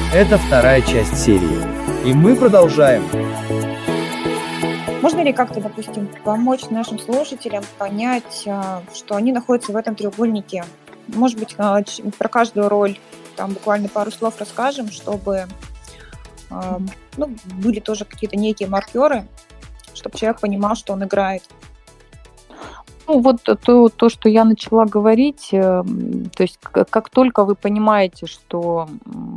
Это вторая часть серии. И мы продолжаем. Можно ли как-то, допустим, помочь нашим слушателям понять, что они находятся в этом треугольнике? Может быть, про каждую роль там буквально пару слов расскажем, чтобы были тоже какие-то некие маркеры, чтобы человек понимал, что он играет. Ну, вот то, что я начала говорить, то есть как только вы понимаете, что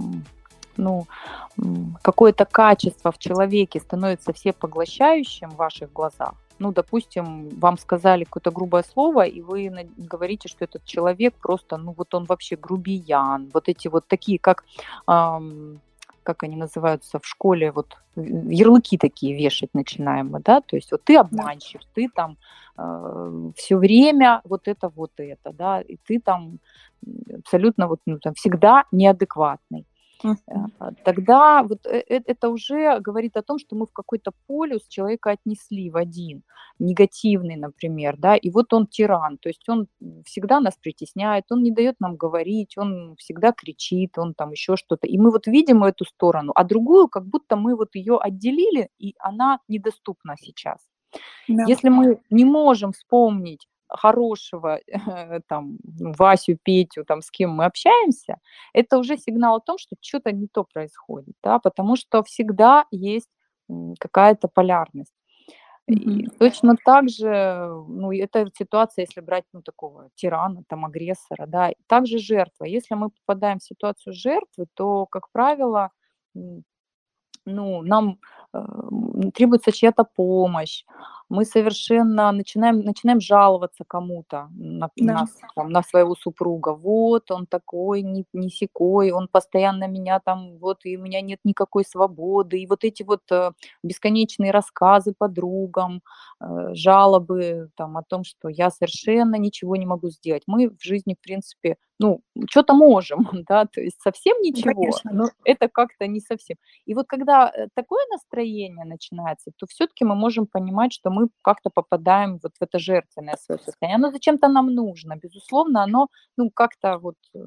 какое-то качество в человеке становится всепоглощающим в ваших глазах, допустим, вам сказали какое-то грубое слово, и вы говорите, что этот человек просто, он вообще грубиян, вот эти вот такие, как они называются в школе, вот ярлыки такие вешать начинаем мы, да, то есть вот ты обманщик, ты там все время вот это, да, и ты там абсолютно всегда неадекватный. Тогда это уже говорит о том, что мы в какой-то полюс человека отнесли в один, негативный, например, да, и вот он тиран, то есть он всегда нас притесняет, он не дает нам говорить, он всегда кричит, он там еще что-то, и мы видим эту сторону, а другую как будто мы ее отделили, и она недоступна сейчас. Да. Если мы не можем вспомнить хорошего Васю, Петю, с кем мы общаемся, это уже сигнал о том, что что-то не то происходит, да, потому что всегда есть какая-то полярность. И точно так же, это ситуация, если брать такого тирана, агрессора, да, также жертва. Если мы попадаем в ситуацию жертвы, то, как правило, нам требуется чья-то помощь, мы совершенно начинаем жаловаться кому-то на своего супруга. Вот он такой, не сякой, он постоянно меня и у меня нет никакой свободы. И вот эти бесконечные рассказы подругам, жалобы о том, что я совершенно ничего не могу сделать. Мы в жизни, в принципе, что-то можем, да, то есть совсем ничего, конечно, но это как-то не совсем. И вот когда такое настроение начинается, то все-таки мы можем понимать, что мы как-то попадаем в это жертвенное свое состояние. Оно зачем-то нам нужно, безусловно, оно как-то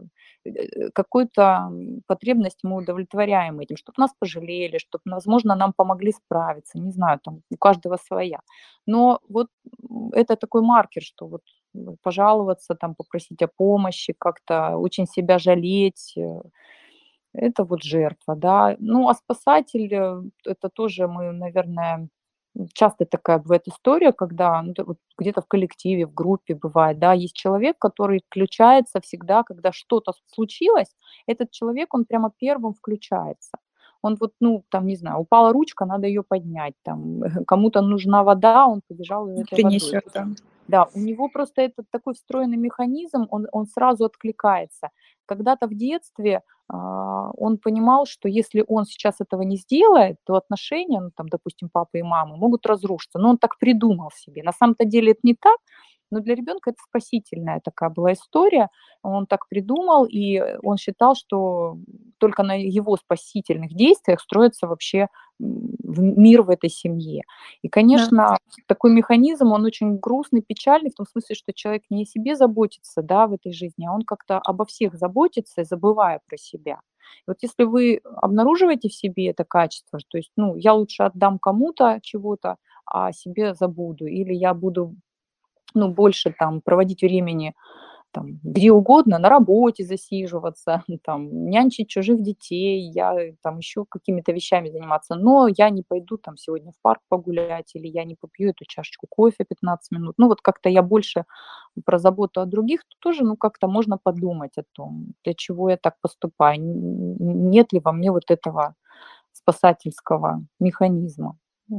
какую-то потребность мы удовлетворяем этим, чтобы нас пожалели, чтобы, возможно, нам помогли справиться, не знаю, у каждого своя. Но это такой маркер, что пожаловаться, попросить о помощи, как-то очень себя жалеть, это жертва, да. А спасатель, это тоже мы, наверное, часто такая бывает история, когда где-то в коллективе, в группе бывает, да, есть человек, который включается всегда, когда что-то случилось, этот человек, он прямо первым включается. Он не знаю, упала ручка, надо ее поднять, кому-то нужна вода, он побежал за этой водой. Принесет, да. Да, у него просто этот такой встроенный механизм, он сразу откликается. Когда-то в детстве он понимал, что если он сейчас этого не сделает, то отношения, допустим, папы и мамы могут разрушиться. Но он так придумал себе. На самом-то деле это не так, но для ребенка это спасительная такая была история. Он так придумал, и он считал, что только на его спасительных действиях строится вообще мир в этой семье. И, конечно, такой механизм, он очень грустный, печальный, в том смысле, что человек не о себе заботится, да, в этой жизни, а он как-то обо всех заботится, забывая про себя. И если вы обнаруживаете в себе это качество, то есть, я лучше отдам кому-то чего-то, а о себе забуду, или я буду больше проводить времени где угодно, на работе засиживаться, нянчить чужих детей, я еще какими-то вещами заниматься, но я не пойду сегодня в парк погулять, или я не попью эту чашечку кофе 15 минут. Как-то я больше про заботу о других, то тоже, как-то можно подумать о том, для чего я так поступаю, нет ли во мне этого спасательского механизма.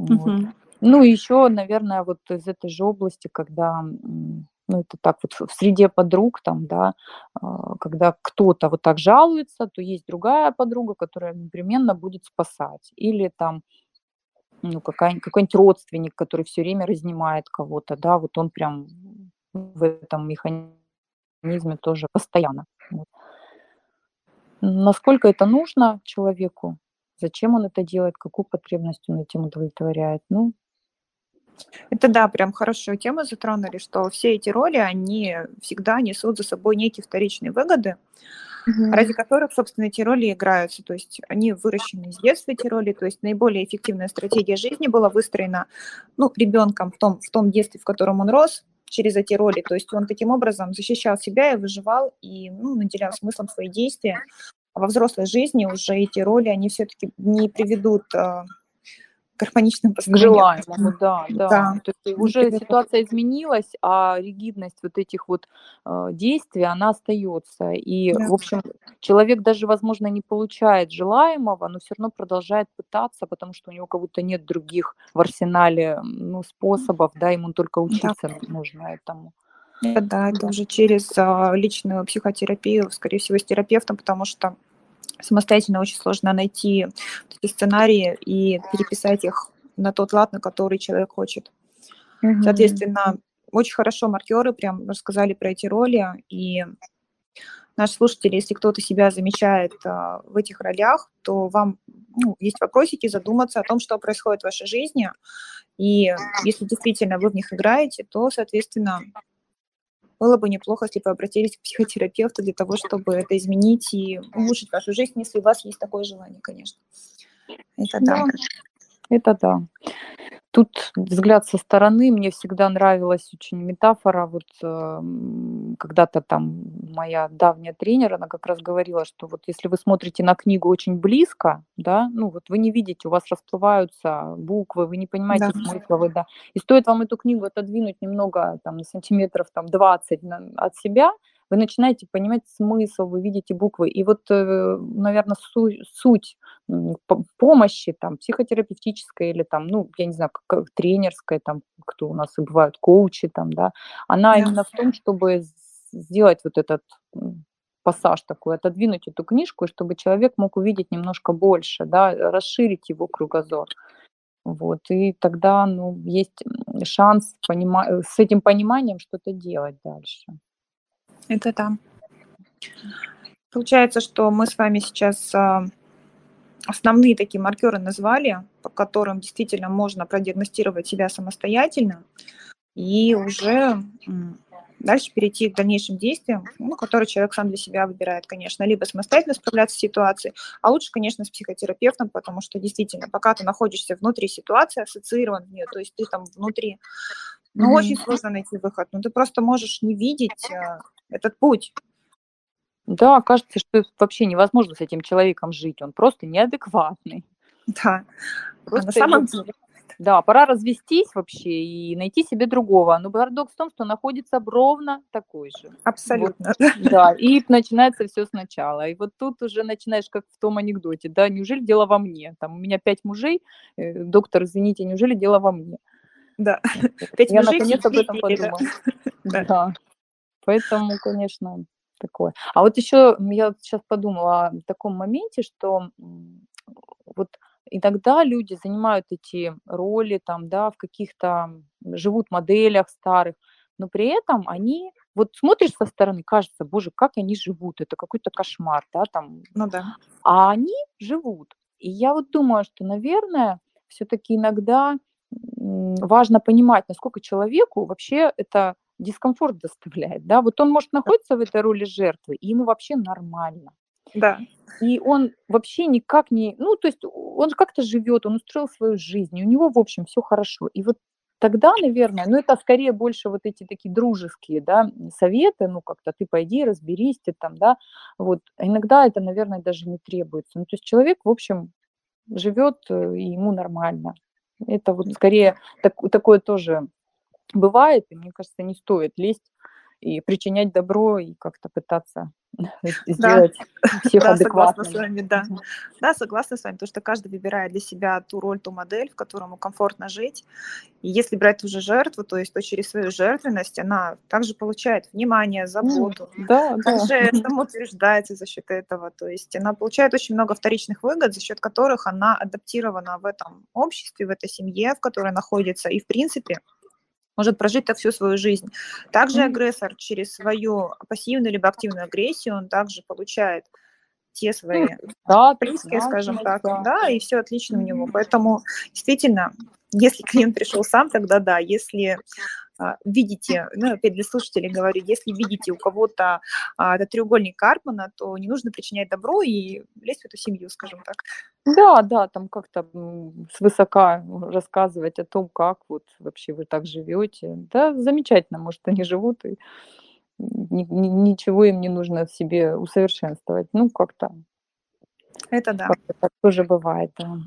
Еще, наверное, из этой же области, когда, это так в среде подруг, когда кто-то так жалуется, то есть другая подруга, которая непременно будет спасать. Или какой-нибудь родственник, который все время разнимает кого-то, да, он прям в этом механизме тоже постоянно. Насколько это нужно человеку, зачем он это делает, какую потребность он этим удовлетворяет, Это да, прям хорошую тему затронули, что все эти роли, они всегда несут за собой некие вторичные выгоды. ради которых, собственно, эти роли играются. То есть они выращены с детства, эти роли. То есть наиболее эффективная стратегия жизни была выстроена, ну, ребенком в том детстве, в котором он рос, через эти роли. То есть он таким образом защищал себя и выживал, и, ну, наделял смыслом свои действия. А во взрослой жизни уже эти роли, они все-таки не приведут к гармоничным К построениям. желаемому, да, да. Да, То есть не уже приведут. ситуация изменилась, а ригидность вот этих вот действий, она остается. И, Да. в общем, человек даже, возможно, не получает желаемого, но все равно продолжает пытаться, потому что у него как будто нет других в арсенале, ну, способов, да, ему только Да. учиться нужно этому. Да, это Да. уже через личную психотерапию, скорее всего, с терапевтом, потому что самостоятельно очень сложно найти вот эти сценарии и переписать их на тот лад, на который человек хочет. Мгм. Соответственно, очень хорошо маркеры прям рассказали про эти роли, и наши слушатели, если кто-то себя замечает в этих ролях, то вам, ну, есть вопросики задуматься о том, что происходит в вашей жизни, и если действительно вы в них играете, то, соответственно, было бы неплохо, если бы обратились к психотерапевту для того, чтобы это изменить и улучшить вашу жизнь, если у вас есть такое желание, конечно. Это да. Да, это да. Тут взгляд со стороны. Мне всегда нравилась очень метафора. Вот когда-то там моя давняя тренер, она как раз говорила, что вот если вы смотрите на книгу очень близко, да, ну вот вы не видите, у вас расплываются буквы, вы не понимаете Да. смысла, вы, да. И стоит вам эту книгу отодвинуть немного, там, на сантиметров там, 20 от себя, вы начинаете понимать смысл, вы видите буквы. И вот, наверное, суть помощи там психотерапевтической или там, ну, я не знаю, как тренерской, там, кто у нас и бывают коучи там, да, она Да. именно в том, чтобы сделать вот этот пассаж такой, отодвинуть эту книжку, и чтобы человек мог увидеть немножко больше, да, расширить его кругозор. Вот, и тогда, ну, есть шанс с этим пониманием что-то делать дальше. Это да. Получается, что мы с вами сейчас основные такие маркеры назвали, по которым действительно можно продиагностировать себя самостоятельно и уже дальше перейти к дальнейшим действиям, ну, которые человек сам для себя выбирает, конечно, либо самостоятельно справляться с ситуацией, а лучше, конечно, с психотерапевтом, потому что действительно, пока ты находишься внутри ситуации, ассоциирован в нее, то есть ты там внутри, ну, очень сложно найти выход, ну, ты просто можешь не видеть этот путь. Да, кажется, что вообще невозможно с этим человеком жить, он просто неадекватный. Да. А на Просто его, самом деле, да, пора развестись вообще и найти себе другого. Но парадокс в том, что находится ровно такой же. Вот, абсолютно. да, и начинается все сначала. И вот тут уже начинаешь, как в том анекдоте, да, неужели дело во мне? Там у меня 5 мужей, доктор, извините, неужели дело во мне? Да. 5 Я мужей, наконец все об этом дети, да. подумала. Да. Да, поэтому, конечно, такое. А вот еще я сейчас подумала о таком моменте, что вот иногда люди занимают эти роли там, да, в каких-то живут моделях старых, но при этом они, вот смотришь со стороны, кажется, боже, как они живут, это какой-то кошмар, да, там, Ну да. а они живут. И я вот думаю, что, наверное, все-таки иногда важно понимать, насколько человеку вообще это дискомфорт доставляет, да. Вот он может находиться в этой роли жертвы, и ему вообще нормально. Да. И он вообще никак не, ну, то есть он же как-то живет, он устроил свою жизнь, и у него, в общем, все хорошо. И вот тогда, наверное, ну, это скорее больше вот эти такие дружеские, да, советы, ну, как-то ты пойди, разберись, ты там, да, вот. А иногда это, наверное, даже не требуется. Ну, то есть человек, в общем, живет, и ему нормально. Это вот скорее такое тоже бывает, и мне кажется, не стоит лезть и причинять добро, и как-то пытаться Да. сделать всех Да, согласна с адекватными. вами, да. Да, согласна с вами, потому что каждый выбирает для себя ту роль, ту модель, в которой ему комфортно жить. И если брать уже жертву, то есть то через свою жертвенность она также получает внимание, заботу, Да, да. также самоутверждается за счет этого. То есть она получает очень много вторичных выгод, за счет которых она адаптирована в этом обществе, в этой семье, в которой находится, и в принципе может прожить так всю свою жизнь. Также агрессор через свою пассивную либо активную агрессию, он также получает те свои Да, близкие, скажем так, да. да, и все отлично у него. Поэтому действительно, если клиент пришел сам, тогда да, если видите, ну, опять для слушателей говорю, если видите у кого-то этот треугольник Карпмана, то не нужно причинять добро и лезть в эту семью, скажем так. Да, да, там как-то свысока рассказывать о том, как вот вообще вы так живете. Да, замечательно, может, они живут, и ничего им не нужно в себе усовершенствовать. Ну, как-то Это да. так тоже бывает, да.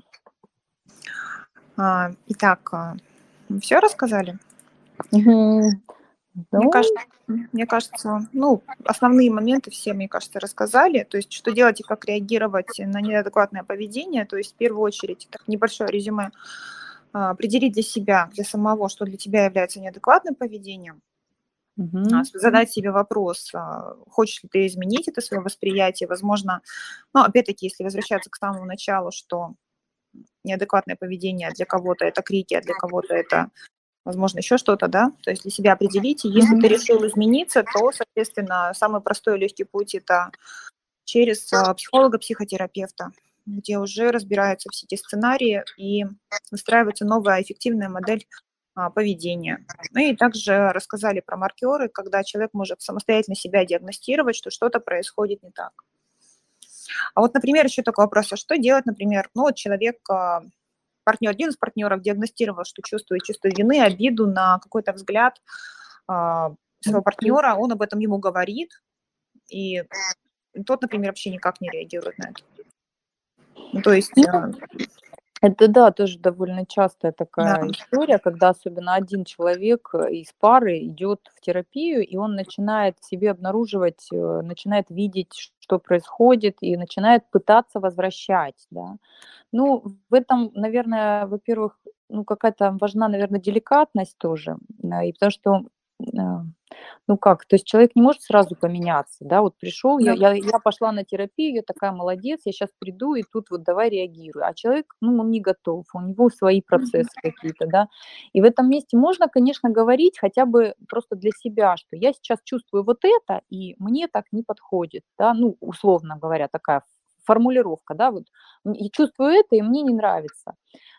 Итак, все рассказали? Мгм. Ну, Мне кажется, ну, основные моменты все, мне кажется, рассказали. То есть, что делать и как реагировать на неадекватное поведение. То есть, в первую очередь, так, небольшое резюме. Определить для себя, для самого, что для тебя является неадекватным поведением. Задать себе вопрос, хочешь ли ты изменить это свое восприятие. Возможно, ну, опять-таки, если возвращаться к самому началу, что неадекватное поведение для кого-то это крики, а для кого-то это, возможно, еще что-то, да, то есть для себя определите. Если ты решил измениться, то, соответственно, самый простой и легкий путь – это через психолога, психотерапевта, где уже разбираются все эти сценарии и выстраивается новая эффективная модель поведения. Ну и также рассказали про маркеры, когда человек может самостоятельно себя диагностировать, что что-то происходит не так. А вот, например, еще такой вопрос, а что делать, например, ну вот человек, один из партнеров диагностировал, что чувствует чувство вины, обиду на какой-то взгляд своего партнера, он об этом ему говорит, и тот, например, вообще никак не реагирует на это. Ну, то есть... Это да, тоже довольно частая Да. такая история, когда особенно один человек из пары идет в терапию, и он начинает в себе обнаруживать, начинает видеть, что происходит, и начинает пытаться возвращать, да. Ну, в этом, наверное, во-первых, ну, какая-то важна, наверное, деликатность тоже, и потому что, ну как, то есть человек не может сразу поменяться, да, вот пришел, Да. я пошла на терапию, я такая молодец, я сейчас приду, и тут вот давай реагирую. А человек, ну, он не готов, у него свои процессы какие-то, да. И в этом месте можно, конечно, говорить хотя бы просто для себя, что я сейчас чувствую вот это, и мне так не подходит, да, ну, условно говоря, такая формулировка, да, вот, и чувствую это, и мне не нравится.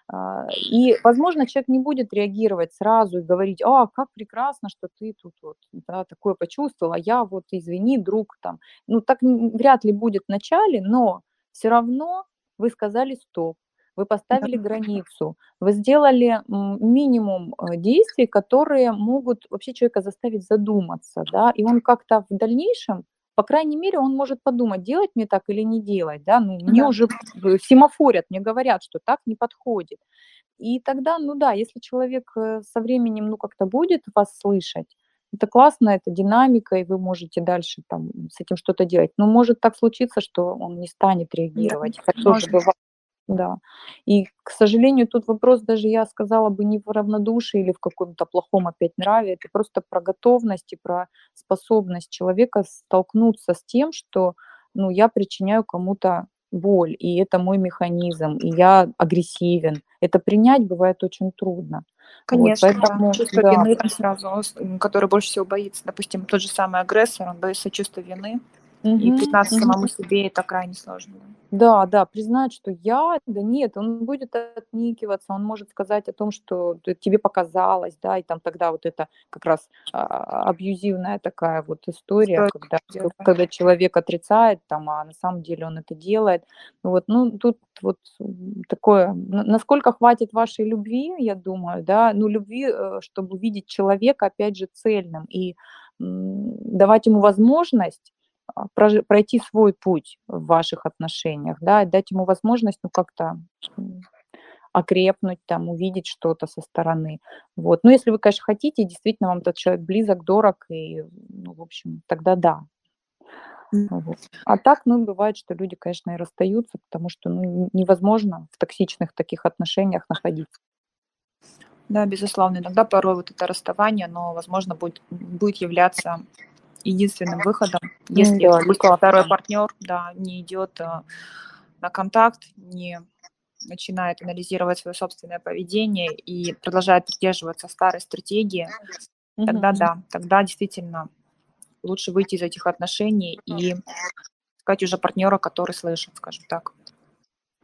И, возможно, человек не будет реагировать сразу и говорить: как прекрасно, что ты тут вот, да, такое почувствовала, я вот, извини, друг, там. Ну, так вряд ли будет в начале, но все равно вы сказали стоп, вы поставили границу, вы сделали минимум действий, которые могут вообще человека заставить задуматься, да, и он как-то в дальнейшем, по крайней мере, он может подумать, делать мне так или не делать, да, ну, мне уже семафорят, мне говорят, что так не подходит. И тогда, ну да, если человек со временем, ну, как-то будет вас слышать, это классно, это динамика, и вы можете дальше там с этим что-то делать. Но может так случиться, что он не станет реагировать. Это тоже бывает. Да. И, к сожалению, тут вопрос даже, я сказала бы, не в равнодушии или в каком-то плохом опять нраве, это просто про готовность и про способность человека столкнуться с тем, что, ну, я причиняю кому-то боль, и это мой механизм, и я агрессивен. Это принять бывает очень трудно. Конечно, Вот, поэтому, чувство да. вины там сразу, который больше всего боится. Допустим, тот же самый агрессор, он боится чувства вины, и признаться самому себе это крайне сложно. Да, да, признать, что да нет, он будет отникиваться, он может сказать о том, что тебе показалось, да, и там тогда вот это как раз абьюзивная такая вот история, когда человек отрицает, там, а на самом деле он это делает. Вот, ну, тут вот такое, насколько хватит вашей любви, я думаю, да, ну, любви, чтобы увидеть человека, опять же, цельным и давать ему возможность пройти свой путь в ваших отношениях, да, дать ему возможность, ну, как-то окрепнуть, там, увидеть что-то со стороны. Вот. Ну, если вы, конечно, хотите, действительно, вам этот человек близок, дорог, и, ну, в общем, тогда да. Вот. А так, ну, бывает, что люди, конечно, и расстаются, потому что, ну, невозможно в токсичных таких отношениях находиться. Да, безусловно. Иногда порой вот это расставание, оно, возможно, будет являться единственным выходом, если, Да, допустим, второй партнер, да, не идет на контакт, не начинает анализировать свое собственное поведение и продолжает придерживаться старой стратегии, тогда да, тогда действительно лучше выйти из этих отношений и искать уже партнера, который слышит, скажем так.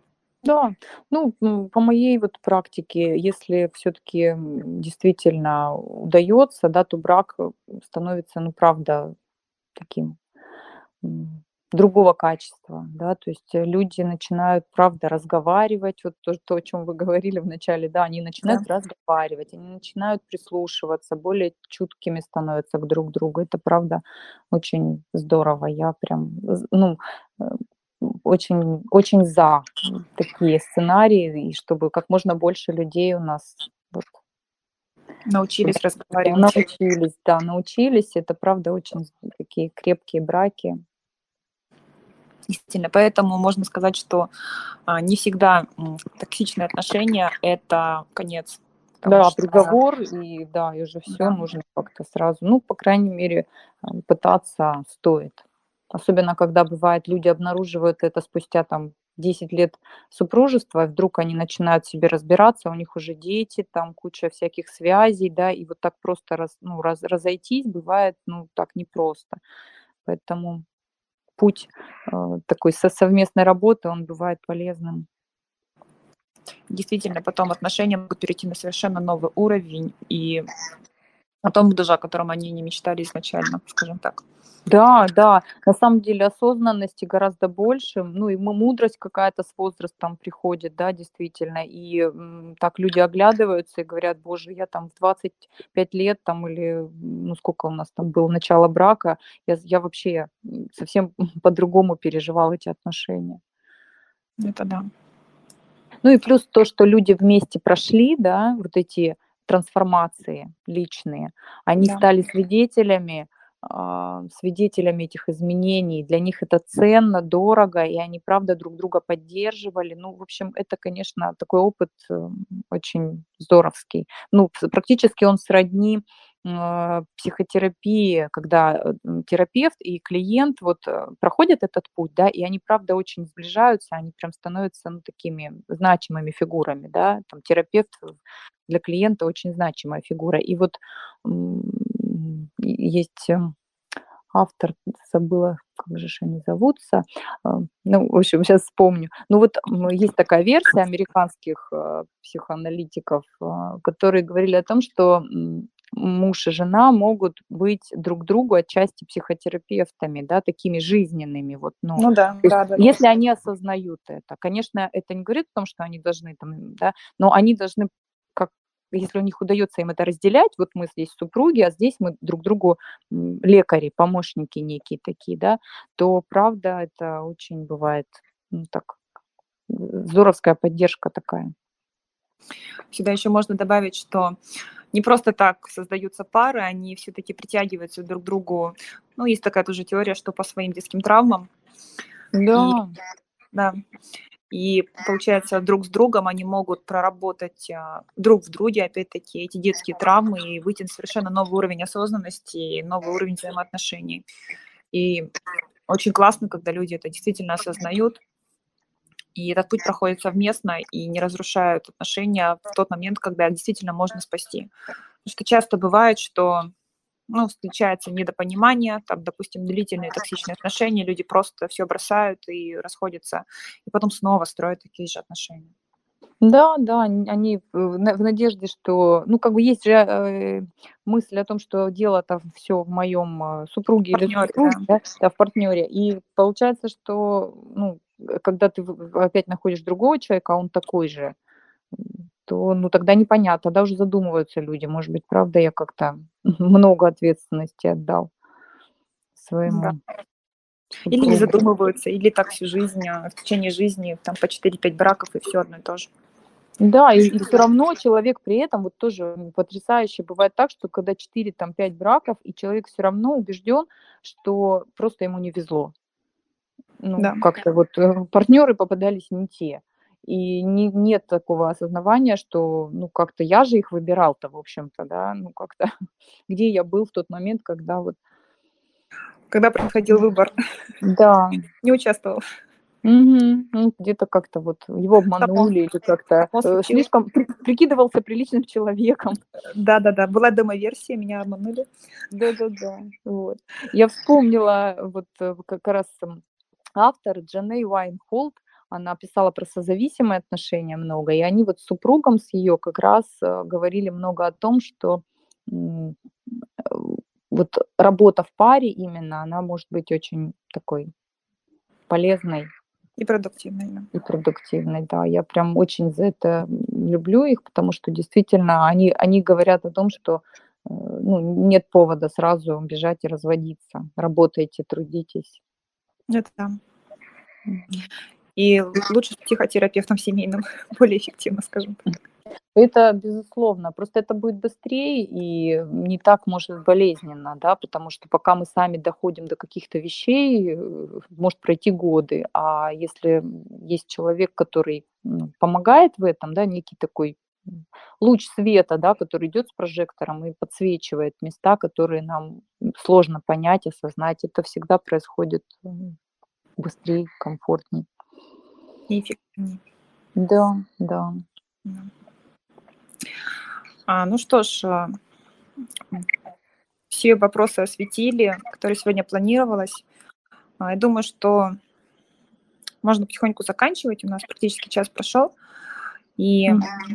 Да, ну, по моей вот практике, если все-таки действительно удается, да, то брак становится, ну, правда, таким м, другого качества, да, то есть люди начинают, правда, разговаривать, вот то, о чем вы говорили в начале, да, они Да. начинают разговаривать, они начинают прислушиваться, более чуткими становятся к друг другу, это, правда, очень здорово, я прям, ну, э, очень, очень за такие сценарии, и чтобы как можно больше людей у нас вот, Научились да, разговаривать. научились, да, научились, это, правда, очень такие крепкие браки. Действительно, поэтому можно сказать, что не всегда токсичные отношения – это конец, потому Да, что, приговор, и да, и уже все да, нужно как-то сразу, ну, по крайней мере, пытаться стоит. Особенно когда бывает, люди обнаруживают это спустя там 10 лет супружества, и вдруг они начинают в себе разбираться, у них уже дети, там куча всяких связей, да, и вот так просто разойтись бывает, ну, так непросто. Поэтому путь, такой совместной работы, он бывает полезным. действительно, потом отношения могут перейти на совершенно новый уровень и о том даже, о котором они не мечтали изначально, скажем так. Да, да, на самом деле осознанности гораздо больше, ну и мудрость какая-то с возрастом приходит, да, действительно. И так люди оглядываются и говорят: "Боже, я там в 25 лет там или, ну сколько у нас там было начало брака, я вообще совсем по-другому переживал эти отношения". Это да. Ну и плюс то, что люди вместе прошли, да, вот эти трансформации личные, они Да. стали свидетелями этих изменений. Для них это ценно, дорого, и они, правда, друг друга поддерживали. Ну, в общем, это, конечно, такой опыт очень здоровский. Ну, практически он сродни психотерапии, когда терапевт и клиент вот проходят этот путь, да, и они, правда, очень сближаются, они прям становятся, ну, такими значимыми фигурами, да, там терапевт для клиента очень значимая фигура. И вот есть автор, забыла, как же ж они зовутся, ну, в общем, сейчас вспомню. Ну вот есть такая версия американских психоаналитиков, которые говорили о том, что муж и жена могут быть друг другу отчасти психотерапевтами, да, такими жизненными, вот, ну, Ну да, то есть да, да, да. если они осознают это. Конечно, это не говорит о том, что они должны там, да, но они должны, как, если у них удается им это разделять, вот мы здесь супруги, а здесь мы друг другу лекари, помощники некие такие, да, то правда это очень бывает, ну, так, здоровская поддержка такая. Сюда еще можно добавить, что не просто так создаются пары, они все-таки притягиваются друг к другу. Ну, есть такая тоже теория, что по своим детским травмам. И Да, да, и получается, друг с другом они могут проработать друг в друге, опять-таки, эти детские травмы и выйти на совершенно новый уровень осознанности и новый уровень взаимоотношений. И очень классно, когда люди это действительно осознают, и этот путь проходит совместно и не разрушают отношения в тот момент, когда их действительно можно спасти. Потому что часто бывает, что встречается недопонимание, там, допустим, длительные токсичные отношения, люди просто все бросают и расходятся, и потом снова строят такие же отношения. да, да, они в надежде, что, ну, как бы есть же мысль о том, что дело-то все в моем супруге или Партнеры, супруге, да. да, в партнере. И получается, что, ну, когда ты опять находишь другого человека, а он такой же, то, ну, тогда непонятно, тогда уже задумываются люди. Может быть, правда, я как-то много ответственности отдал Да. своему Или не супругу. задумываются, или так всю жизнь, в течение жизни, там, по 4-5 браков, и все одно и то же. Да, и всё равно человек при этом, вот тоже потрясающе бывает так, что когда 4 там 5 браков, и человек все равно убежден, что просто ему не везло. Ну, Да. как-то вот, партнеры попадались не те. И нет такого осознавания, что, ну, как-то я же их выбирал-то, в общем-то, да. Ну, как-то где я был в тот момент, когда вот Когда проходил выбор, да. не участвовал. Мгм. Ну, где-то как-то вот его Само обманули или как-то, само случилось. слишком прикидывался приличным человеком. Да-да-да, была демо-версия, меня обманули. Да-да-да, вот. Я вспомнила вот, как раз, автор Дженей Уайнхолд. она писала про созависимые отношения много, и они вот с супругом, с ее как раз говорили много о том, что м, э, вот работа в паре именно, она может быть очень такой полезной И продуктивно, да. и продуктивной. Да, я прям очень за это люблю их, потому что действительно они говорят о том, что ну, нет повода сразу бежать и разводиться. Работайте, трудитесь. Это да. Мгм. И лучше с психотерапевтом семейным, более эффективно, скажем так. Это безусловно. Просто это будет быстрее и не так, может, болезненно, да, потому что пока мы сами доходим до каких-то вещей, может пройти годы. А если есть человек, который помогает в этом, да, некий такой луч света, да, который идет с прожектором и подсвечивает места, которые нам сложно понять, осознать, это всегда происходит быстрее, комфортнее. И эффективнее. Да, да. Да. Ну что ж, все вопросы осветили, которые сегодня планировалось. Я думаю, что можно потихоньку заканчивать. У нас практически час прошел. И,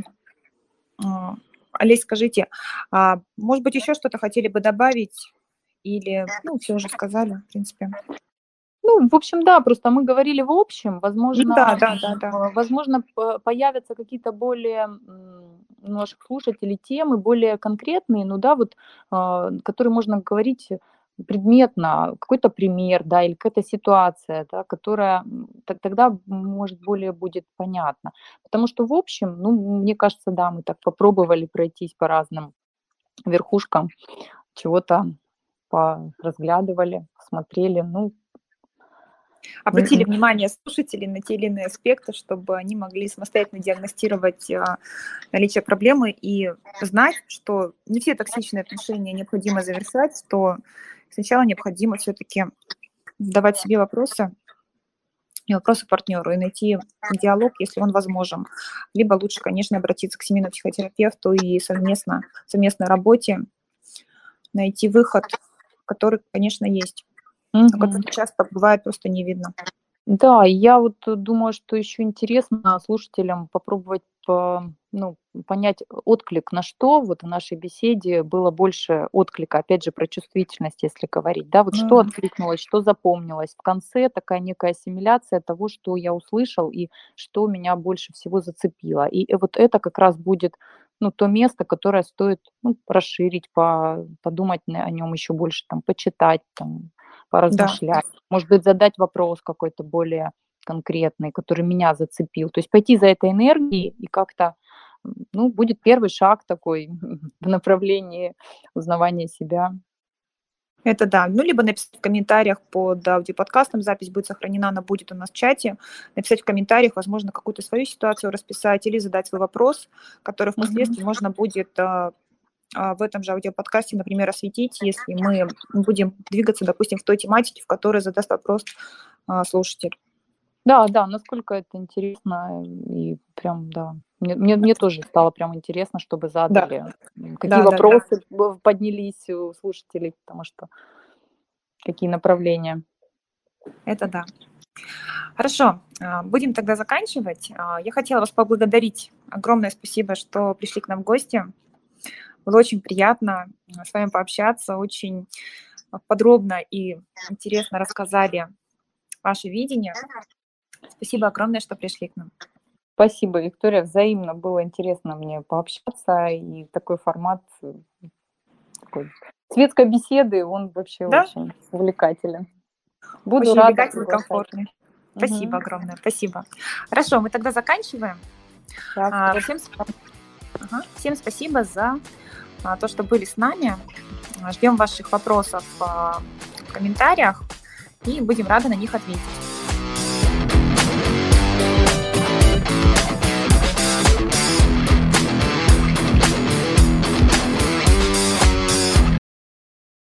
Олесь, скажите, может быть, еще что-то хотели бы добавить? Или, все уже сказали, в принципе. Ну, в общем, да, просто мы говорили в общем, возможно, Да. возможно, появятся какие-то более у наших слушателей темы, более конкретные, ну да, вот, которые можно говорить предметно, какой-то пример, да, или какая-то ситуация, да, которая тогда, может, более будет понятно. Потому что в общем, ну, мне кажется, да, мы так попробовали пройтись по разным верхушкам, чего-то разглядывали, смотрели, ну, Обратили внимание слушателей на те или иные аспекты, чтобы они могли самостоятельно диагностировать наличие проблемы и знать, что не все токсичные отношения необходимо завершать, что сначала необходимо все-таки задавать себе вопросы и вопросы партнеру и найти диалог, если он возможен. Либо лучше, конечно, обратиться к семейному психотерапевту и совместной работе найти выход, который, конечно, есть. Но который часто бывает просто не видно. Да, я вот думаю, что еще интересно слушателям попробовать понять отклик на что. Вот в нашей беседе было больше отклика, опять же, про чувствительность, если говорить. Да, вот что откликнулось, что запомнилось. В конце такая некая ассимиляция того, что я услышал и что меня больше всего зацепило. И вот это как раз будет то место, которое стоит расширить, подумать о нем еще больше, там, почитать, там, поразмышлять. Да. Может быть, задать вопрос какой-то более конкретный, который меня зацепил. То есть пойти за этой энергией и как-то, будет первый шаг такой в направлении узнавания себя. Это да. Либо написать в комментариях под аудиоподкастом, запись будет сохранена, она будет у нас в чате. Написать в комментариях, возможно, какую-то свою ситуацию расписать или задать свой вопрос, который впоследствии можно будет в этом же аудиоподкасте, например, осветить, если мы будем двигаться, допустим, в той тематике, в которой задаст вопрос слушатель. Да, насколько это интересно, и прям, да. Мне тоже стало прям интересно, чтобы задали, какие вопросы поднялись у слушателей, потому что какие направления. Это да. Хорошо, будем тогда заканчивать. Я хотела вас поблагодарить. Огромное спасибо, что пришли к нам в гости. Было очень приятно с вами пообщаться, очень подробно и интересно рассказали ваше видение. Спасибо огромное, что пришли к нам. Спасибо, Виктория, взаимно было интересно мне пообщаться, и такой формат такой светской беседы, он вообще очень увлекателен. Буду очень рада. Увлекательный, комфортный. Спасибо огромное, спасибо. Хорошо, мы тогда заканчиваем. Всем спасибо за то, что были с нами. Ждем ваших вопросов в комментариях и будем рады на них ответить.